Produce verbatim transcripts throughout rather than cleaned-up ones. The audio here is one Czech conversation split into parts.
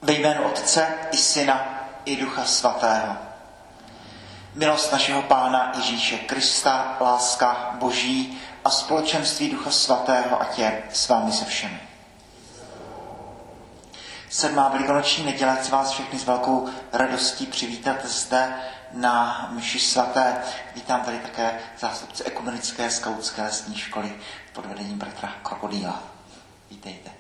Ve jménu Otce i Syna i Ducha Svatého. Milost našeho Pána Ježíše Krista, láska Boží a společenství Ducha Svatého ať je s vámi se všemi. Sedmá velikonoční neděle chci vás všechny s velkou radostí přivítat zde na mši svaté. Vítám tady také zástupce ekumenické skautské lesní školy pod vedením bratra Krokodýla. Vítejte.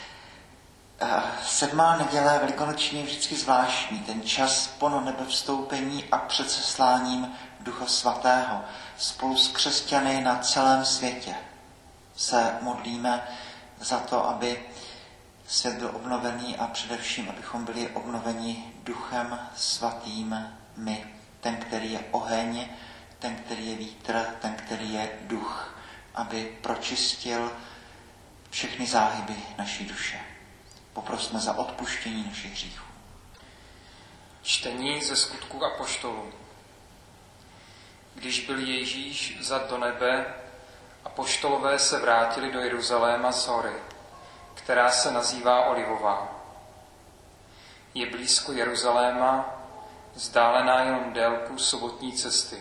Sedmá neděle velikonoční je vždycky zvláštní, ten čas po nebevstoupení a před sesláním Ducha Svatého. Spolu s křesťany na celém světě se modlíme za to, aby svět byl obnovený a především, abychom byli obnoveni Duchem Svatým my. Ten, který je oheň, ten, který je vítr, ten, který je duch, aby pročistil všechny záhyby naší duše. Poprosme za odpuštění našich hříchů. Čtení ze Skutků apoštolů. Když byl Ježíš vzat do nebe, apoštolové se vrátili do Jeruzaléma z hory, která se nazývá Olivová. Je blízko Jeruzaléma, vzdálená jenom délku sobotní cesty.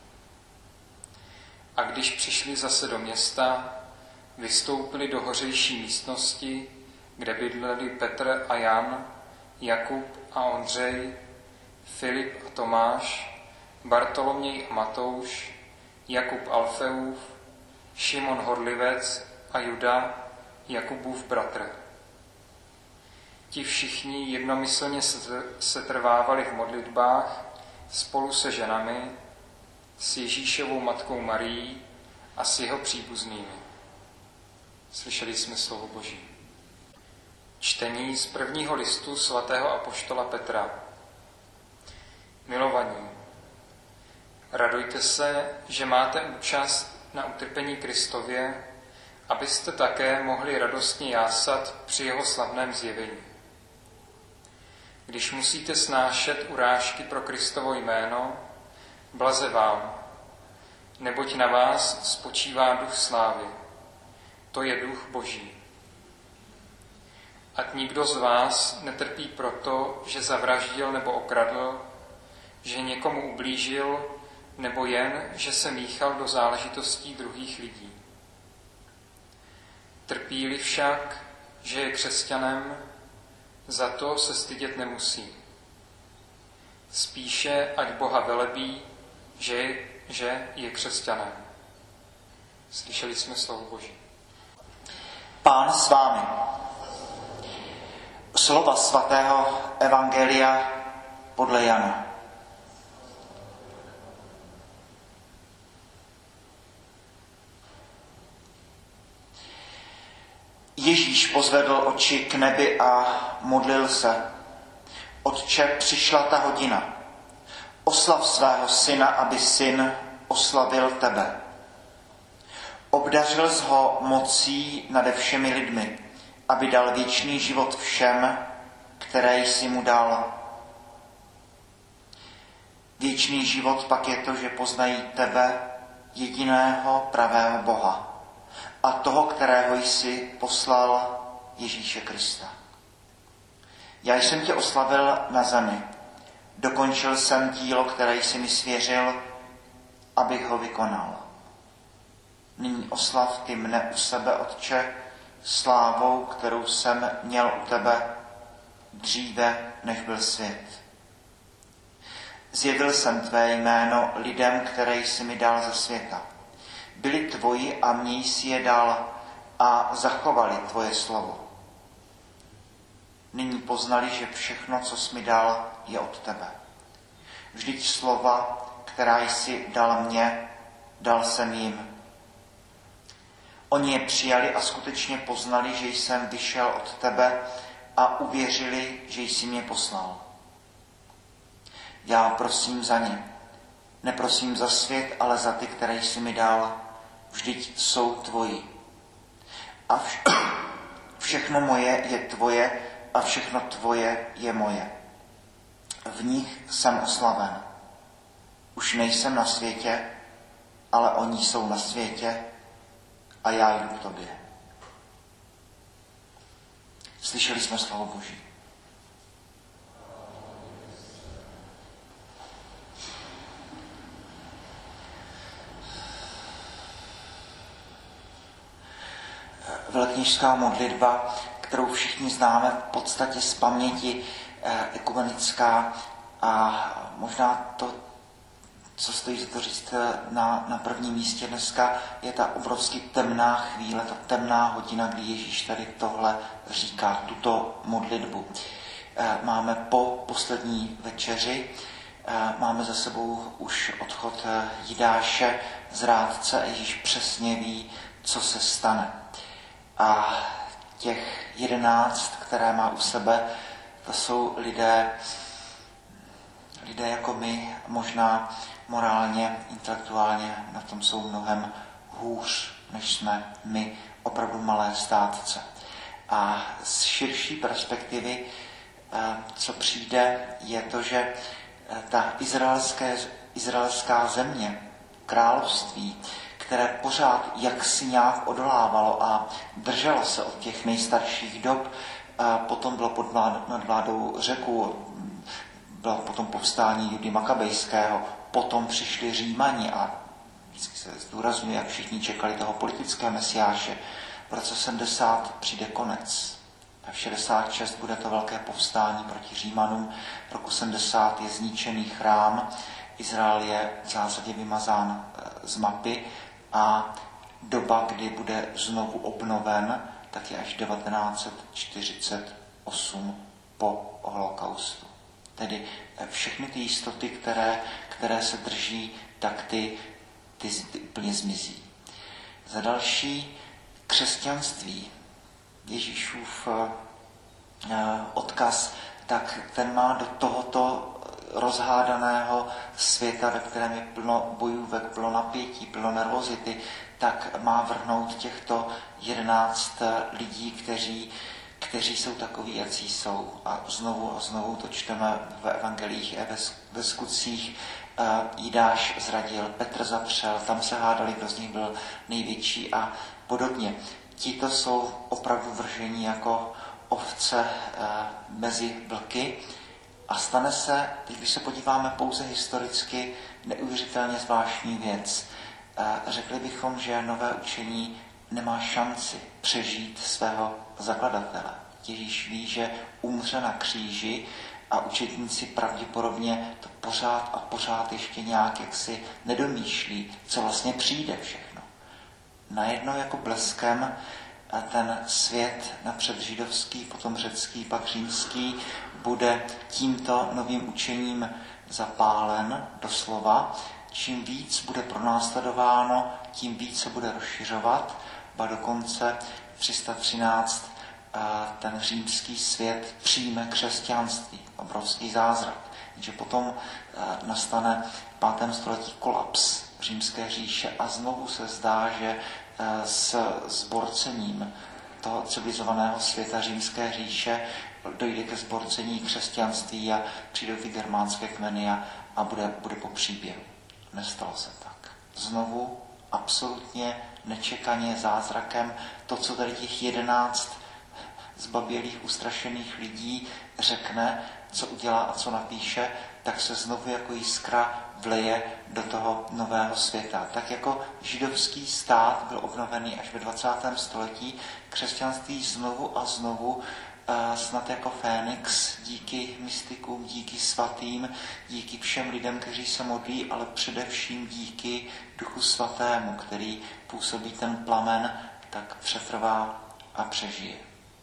A když přišli zase do města, vystoupili do hořejší místnosti, kde bydleli Petr a Jan, Jakub a Ondřej, Filip a Tomáš, Bartoloměj a Matouš, Jakub Alfeův, Šimon Horlivec a Juda, Jakubův bratr. Ti všichni jednomyslně se trvávali v modlitbách spolu se ženami, s Ježíšovou matkou Marií a s jeho příbuznými. Slyšeli jsme slovo Boží. Čtení z prvního listu svatého apoštola Petra. Milovaní, radujte se, že máte účast na utrpení Kristově, abyste také mohli radostně jásat při jeho slavném zjevení. Když musíte snášet urážky pro Kristovo jméno, blaze vám, neboť na vás spočívá duch slávy. To je duch Boží. Ať nikdo z vás netrpí proto, že zavraždil nebo okradl, že někomu ublížil, nebo jen, že se míchal do záležitostí druhých lidí. Trpí-li však, že je křesťanem, za to se stydět nemusí. Spíše ať Boha velebí, že, že je křesťanem. Slyšeli jsme slovo Boží. Pán s vámi. Slova svatého evangelia podle Jana. Ježíš pozvedl oči k nebi a modlil se. Otče, přišla ta hodina. Oslav svého syna, aby syn oslavil tebe. Obdařil jsi ho mocí nade všemi lidmi, aby dal věčný život všem, které jsi mu dal. Věčný život pak je to, že poznají tebe, jediného pravého Boha, a toho, kterého jsi poslal, Ježíše Krista. Já jsem tě oslavil na zemi. Dokončil jsem dílo, které jsi mi svěřil, abych ho vykonal. Nyní oslav ty mne u sebe, Otče, slávou, kterou jsem měl u tebe dříve, než byl svět. Zjevil jsem tvé jméno lidem, které jsi mi dal ze světa. Byli tvoji a mě jsi je dal a zachovali tvoje slovo. Nyní poznali, že všechno, co jsi mi dal, je od tebe. Vždyť slova, která jsi dal mně, dal jsem jim. Oni je přijali a skutečně poznali, že jsem vyšel od tebe a uvěřili, že jsi mě poslal. Já prosím za ně. Neprosím za svět, ale za ty, které jsi mi dal. Vždyť jsou tvoji. A vš- všechno moje je tvoje a všechno tvoje je moje. V nich jsem oslaven. Už nejsem na světě, ale oni jsou na světě a já jdu k tobě. Slyšeli jsme slovo Boží. kněžská modlitba, kterou všichni známe v podstatě z paměti, ekumenická, a možná to, co stojí za to říct na, na prvním místě dneska, je ta obrovsky temná chvíle, ta temná hodina, kdy Ježíš tady tohle říká, tuto modlitbu. Máme po poslední večeři, máme za sebou už odchod Jidáše z rádce a Ježíš přesně ví, co se stane. A těch jedenáct, které má u sebe, to jsou lidé, lidé jako my, možná morálně, intelektuálně na tom jsou mnohem hůř, než jsme my, opravdu malé státce. A z širší perspektivy, co přijde, je to, že ta izraelské, izraelská země, království, které pořád jaksi nějak odolávalo a drželo se od těch nejstarších dob, a potom bylo pod vlád, nad vládou Řeků, bylo potom povstání Judy Makabejského, potom přišli Římani a vždycky se zdůrazňuje, jak všichni čekali toho politického mesiáše. V roce sedmdesát přijde konec. A v šedesát šest bude to velké povstání proti Římanům. V roku sedmdesát je zničený chrám. Izrael je v zásadě vymazán z mapy a doba, kdy bude znovu obnoven, tak je až devatenáct set čtyřicet osm po holokaustu. Tedy všechny ty jistoty, které, které se drží, tak ty, ty, ty úplně zmizí. Za další, křesťanství, Ježíšův eh, odkaz, tak ten má do tohoto rozhádaného světa, ve kterém je plno bojůvek, plno napětí, plno nervozity, tak má vrhnout těchto jedenáct lidí, kteří, kteří jsou takoví, jací jsou. A znovu a znovu to čteme v evangelích a ve, ve skutcích. Jidáš zradil, Petr zapřel, tam se hádali, kdo z nich byl největší a podobně. Tito jsou opravdu vržení jako ovce mezi vlky. A stane se, teď když se podíváme pouze historicky, neuvěřitelně zvláštní věc. Řekli bychom, že nové učení nemá šanci přežít svého zakladatele. Ježíš ví, že umře na kříži a učedníci pravděpodobně to pořád a pořád ještě nějak jaksi nedomýšlí, co vlastně přijde všechno. Najednou jako bleskem ten svět napřed židovský, potom řecký, pak římský, bude tímto novým učením zapálen doslova. Čím víc bude pronásledováno, tím víc se bude rozšiřovat, ba dokonce tři sta třináct ten římský svět přijme křesťanství. Obrovský zázrak. Takže potom nastane v pátém století kolaps římské říše a znovu se zdá, že s zborcením toho civilizovaného světa římské říše dojde ke zborcení křesťanství a přijdou ty germánské kmeny a, a bude, bude po příběhu. Nestalo se tak. Znovu absolutně nečekaně zázrakem to, co tady těch jedenáct zbabělých, ustrašených lidí řekne, co udělá a co napíše, tak se znovu jako jiskra vleje do toho nového světa. Tak jako židovský stát byl obnovený až ve dvacátém století, křesťanství znovu a znovu snad jako Fénix, díky mystikům, díky svatým, díky všem lidem, kteří se modlí, ale především díky Duchu Svatému, který působí ten plamen, tak přetrvá a přežije.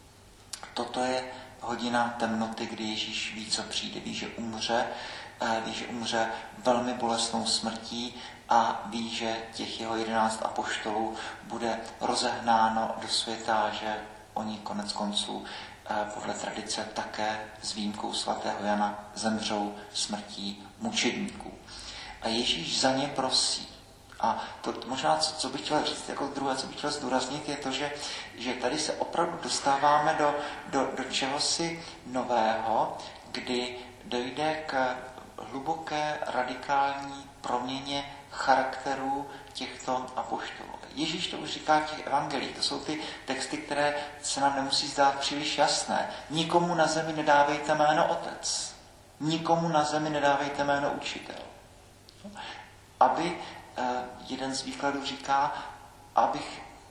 Toto je hodina temnoty, kdy Ježíš ví, co přijde. Ví, že umře, ví, že umře velmi bolestnou smrtí a ví, že těch jeho jedenáct apoštolů bude rozehnáno do světa, že oni konec konců podle tradice také s výjimkou svatého Jana zemřou smrtí mučedníků. A Ježíš za ně prosí. A to možná, co, co bych chtěl říct jako druhé, co bych chtěl zdůraznit, je to, že, že tady se opravdu dostáváme do, do, do čehosi nového, kdy dojde k hluboké radikální proměně charakterů těchto apoštolů. Ježíš to už říká v těch evangelích. To jsou ty texty, které se nám nemusí zdát příliš jasné. Nikomu na zemi nedávejte jméno otec. Nikomu na zemi nedávejte jméno učitel. Aby, jeden z výkladů říká, abych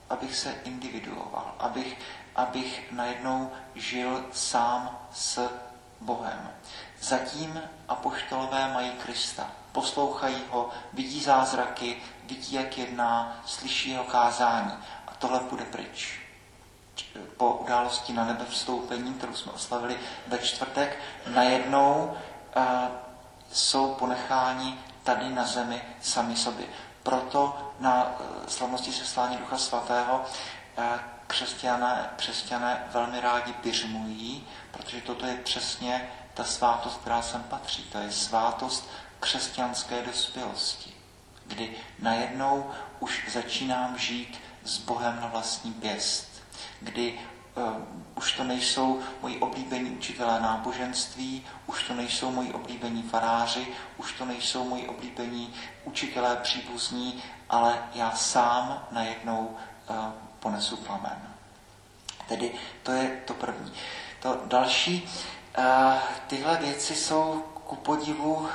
abych se individuoval, abych, abych najednou žil sám s Bohem. Zatím apoštolové mají Krista, poslouchají ho, vidí zázraky, vidí, jak jedná, slyší jeho kázání a tohle půjde pryč. Po události na nebe vstoupení, kterou jsme oslavili ve čtvrtek, najednou uh, jsou ponecháni tady na zemi sami sobě. Proto na uh, slavnosti seslání Ducha Svatého uh, křesťané, křesťané velmi rádi biřmují, protože toto je přesně ta svátost, která sem patří. To je svátost křesťanské dospělosti, kdy najednou už začínám žít s Bohem na vlastní pěst, kdy uh, už to nejsou moji oblíbení učitelé náboženství, už to nejsou moji oblíbení faráři, už to nejsou moji oblíbení učitelé příbuzní, ale já sám najednou uh, ponesu plamen. Tedy to je to první. To další, uh, tyhle věci jsou ku podivu uh,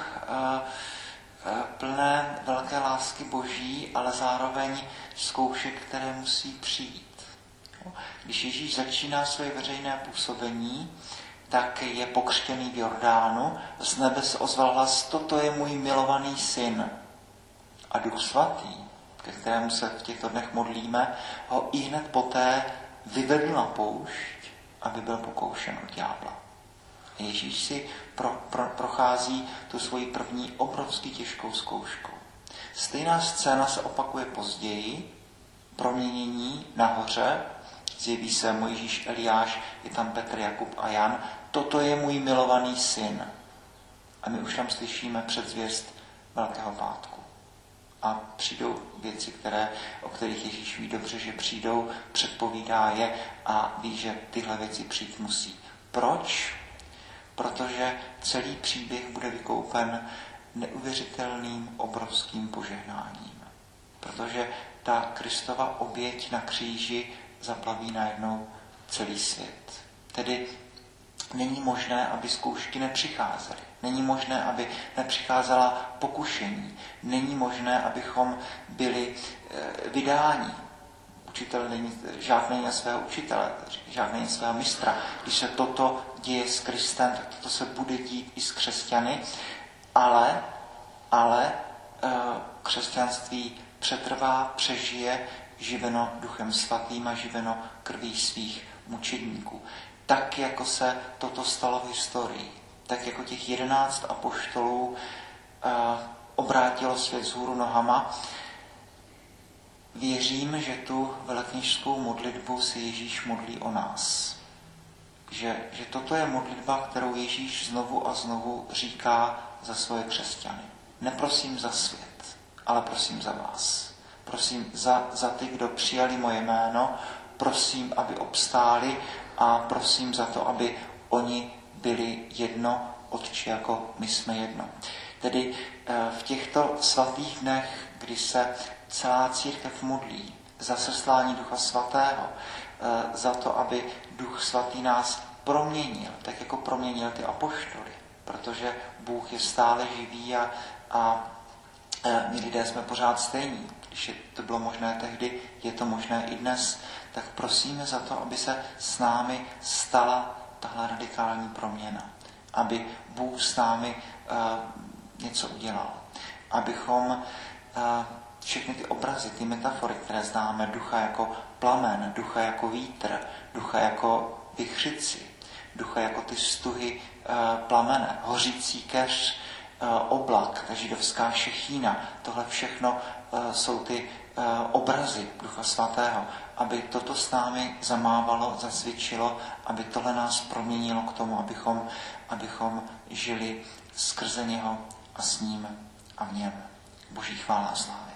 uh, plné velké lásky Boží, ale zároveň zkoušek, které musí přijít. Když Ježíš začíná své veřejné působení, tak je pokřtěný v Jordánu, z nebe se ozval hlas, toto je můj milovaný syn. A Duch Svatý, ke kterému se v těchto dnech modlíme, ho i hned poté vyvedl na poušť, aby byl pokoušen od ďábla. Ježíš si pro, pro, prochází tu svoji první obrovsky těžkou zkouškou. Stejná scéna se opakuje později, proměnění nahoře, zjeví se Mojžíš, Eliáš, je tam Petr, Jakub a Jan. Toto je můj milovaný syn. A my už tam slyšíme předzvěst Velkého pátku. A přijdou věci, které, o kterých Ježíš ví dobře, že přijdou, předpovídá je a ví, že tyhle věci přijít musí. Proč? Protože celý příběh bude vykoupen neuvěřitelným obrovským požehnáním. Protože ta Kristova oběť na kříži zaplaví najednou celý svět. Tedy není možné, aby zkoušky nepřicházely. Není možné, aby nepřicházela pokušení. Není možné, abychom byli e, vydáni. Učitel není, žák není na svého učitele, žák není na svého mistra. Když se toto děje s Kristem, tak toto se bude dít i s křesťany, ale, ale e, křesťanství přetrvá, přežije, živeno Duchem Svatým a živeno krví svých mučedníků. Tak, jako se toto stalo v historii, tak jako těch jedenáct apoštolů eh, obrátilo svět vzhůru nohama, věřím, že tu velekněžskou modlitbu si Ježíš modlí o nás. Že, že toto je modlitba, kterou Ježíš znovu a znovu říká za svoje křesťany. Neprosím za svět, ale prosím za vás. Prosím za, za ty, kdo přijali moje jméno, prosím, aby obstáli a prosím za to, aby oni byli jedno, Otče, jako my jsme jedno. Tedy v těchto svatých dnech, kdy se celá církev modlí za seslání Ducha Svatého, za to, aby Duch Svatý nás proměnil, tak jako proměnil ty apoštoly, protože Bůh je stále živý a, a my lidé jsme pořád stejní. Když je to bylo možné tehdy, je to možné i dnes, tak prosíme za to, aby se s námi stala tahle radikální proměna. Aby Bůh s námi uh, něco udělal. Abychom uh, všechny ty obrazy, ty metafory, které známe, ducha jako plamen, ducha jako vítr, ducha jako vichřici, ducha jako ty stuhy uh, plamene, hořící keř, uh, oblak, ta židovská šechína, tohle všechno uh, jsou ty uh, obrazy Ducha Svatého, aby toto s námi zamávalo, zasvědčilo, aby tohle nás proměnilo k tomu, abychom, abychom žili skrze něho a s ním a v něm. Boží chvála a slávy.